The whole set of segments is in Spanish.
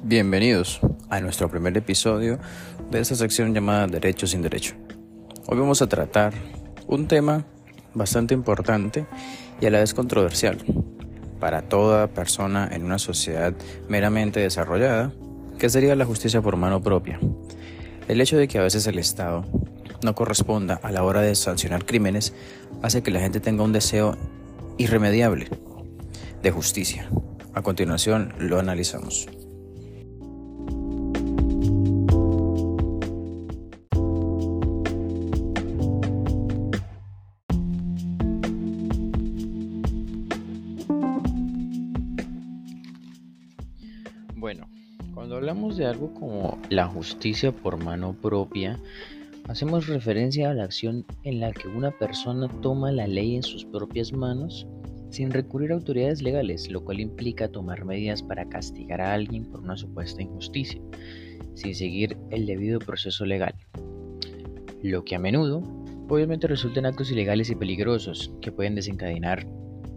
Bienvenidos a nuestro primer episodio de esta sección llamada Derecho sin Derecho. Hoy vamos a tratar un tema bastante importante y a la vez controversial para toda persona en una sociedad meramente desarrollada, que sería la justicia por mano propia. El hecho de que a veces el Estado no corresponda a la hora de sancionar crímenes hace que la gente tenga un deseo irremediable de justicia. A continuación lo analizamos. Bueno, cuando hablamos de algo como la justicia por mano propia, hacemos referencia a la acción en la que una persona toma la ley en sus propias manos sin recurrir a autoridades legales, lo cual implica tomar medidas para castigar a alguien por una supuesta injusticia, sin seguir el debido proceso legal. Lo que a menudo, obviamente, resulta en actos ilegales y peligrosos que pueden desencadenar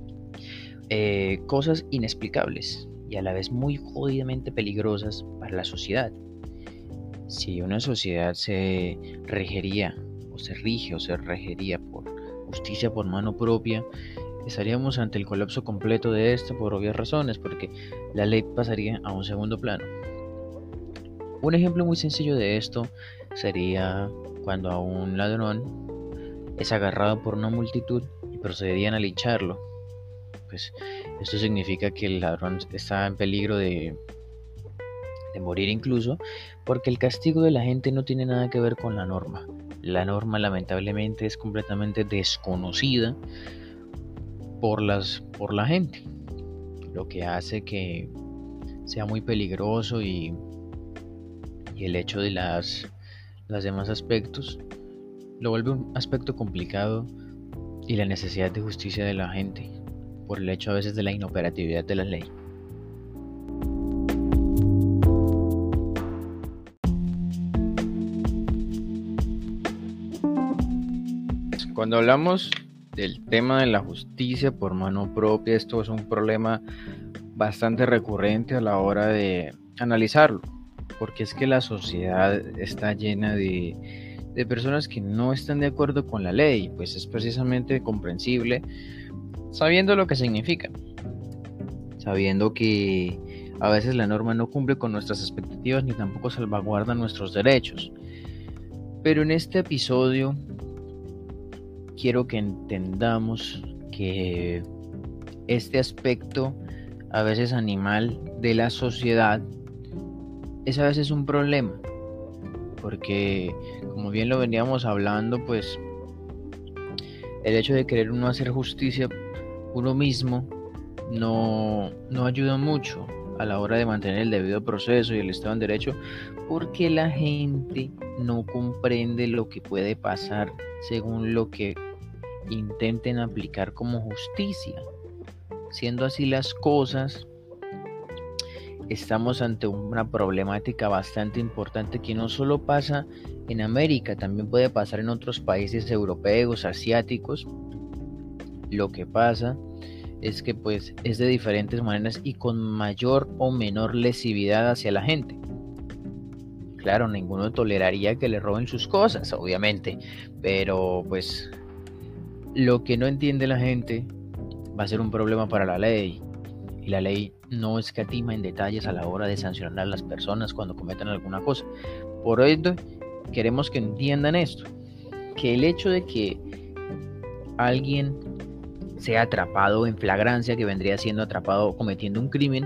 cosas inexplicables y a la vez muy jodidamente peligrosas para la sociedad. Si una sociedad se regiría por justicia por mano propia, estaríamos ante el colapso completo de esta por obvias razones, porque la ley pasaría a un segundo plano. Un ejemplo muy sencillo de esto sería cuando a un ladrón es agarrado por una multitud y procederían a lincharlo. Pues esto significa que el ladrón está en peligro de morir incluso, porque el castigo de la gente no tiene nada que ver con la norma. La norma lamentablemente es completamente desconocida por la gente, lo que hace que sea muy peligroso y el hecho de las demás aspectos lo vuelve un aspecto complicado, y la necesidad de justicia de la gente por el hecho a veces de la inoperatividad de la ley. Cuando hablamos del tema de la justicia por mano propia, esto es un problema bastante recurrente a la hora de analizarlo, porque es que la sociedad está llena de personas que no están de acuerdo con la ley, pues es precisamente comprensible, sabiendo lo que significa, sabiendo que a veces la norma no cumple con nuestras expectativas ni tampoco salvaguarda nuestros derechos. Pero en este episodio quiero que entendamos que este aspecto a veces animal de la sociedad es a veces un problema, porque como bien lo veníamos hablando, pues el hecho de querer uno hacer justicia uno mismo no ayuda mucho a la hora de mantener el debido proceso y el Estado en Derecho, porque la gente no comprende lo que puede pasar según lo que intenten aplicar como justicia. Siendo así las cosas, estamos ante una problemática bastante importante que no solo pasa en América, también puede pasar en otros países europeos, asiáticos. Lo que pasa es que pues es de diferentes maneras y con mayor o menor lesividad hacia la gente. Claro, ninguno toleraría que le roben sus cosas, obviamente, pero pues lo que no entiende la gente va a ser un problema para la ley, y la ley no escatima en detalles a la hora de sancionar a las personas cuando cometan alguna cosa. Por ello, queremos que entiendan esto, que el hecho de que alguien sea atrapado en flagrancia, que vendría siendo atrapado cometiendo un crimen,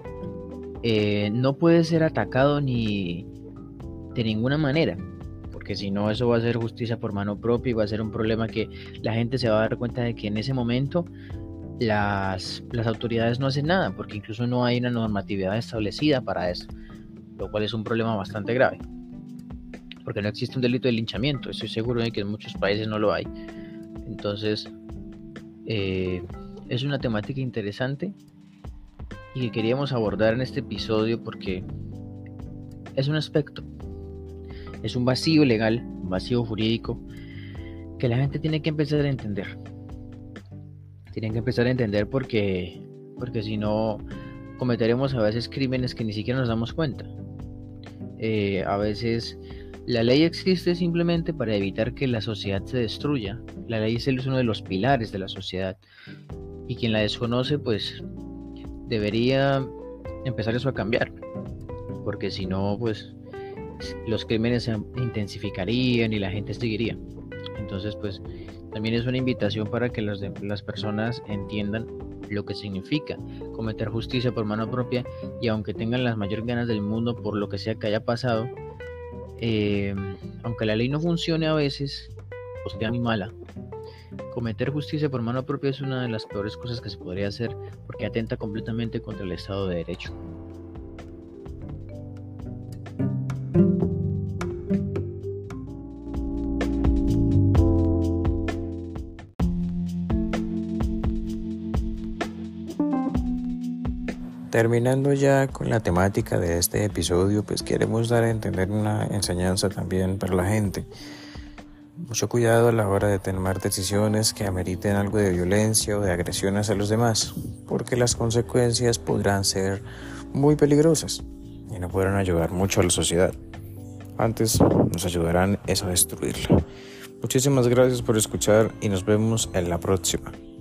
no puede ser atacado ni de ninguna manera, porque si no, eso va a ser justicia por mano propia y va a ser un problema que la gente se va a dar cuenta de que en ese momento las autoridades no hacen nada, porque incluso no hay una normatividad establecida para eso, lo cual es un problema bastante grave, porque no existe un delito de linchamiento. Estoy seguro de que en muchos países no lo hay. Entonces es una temática interesante y que queríamos abordar en este episodio porque es un aspecto, es un vacío legal, un vacío jurídico que la gente tiene que empezar a entender. Tienen que empezar a entender porque si no cometeremos a veces crímenes que ni siquiera nos damos cuenta. A veces la ley existe simplemente para evitar que la sociedad se destruya. La ley es uno de los pilares de la sociedad y quien la desconoce pues debería empezar eso a cambiar, porque si no pues los crímenes se intensificarían y la gente seguiría. Entonces pues también es una invitación para que las personas entiendan lo que significa cometer justicia por mano propia, y aunque tengan las mayores ganas del mundo por lo que sea que haya pasado, aunque la ley no funcione a veces o sea muy mala, cometer justicia por mano propia es una de las peores cosas que se podría hacer, porque atenta completamente contra el Estado de Derecho. Terminando ya con la temática de este episodio, pues queremos dar a entender una enseñanza también para la gente. Mucho cuidado a la hora de tomar decisiones que ameriten algo de violencia o de agresión hacia los demás, porque las consecuencias podrán ser muy peligrosas y no podrán ayudar mucho a la sociedad. Antes nos ayudarán a destruirla. Muchísimas gracias por escuchar y nos vemos en la próxima.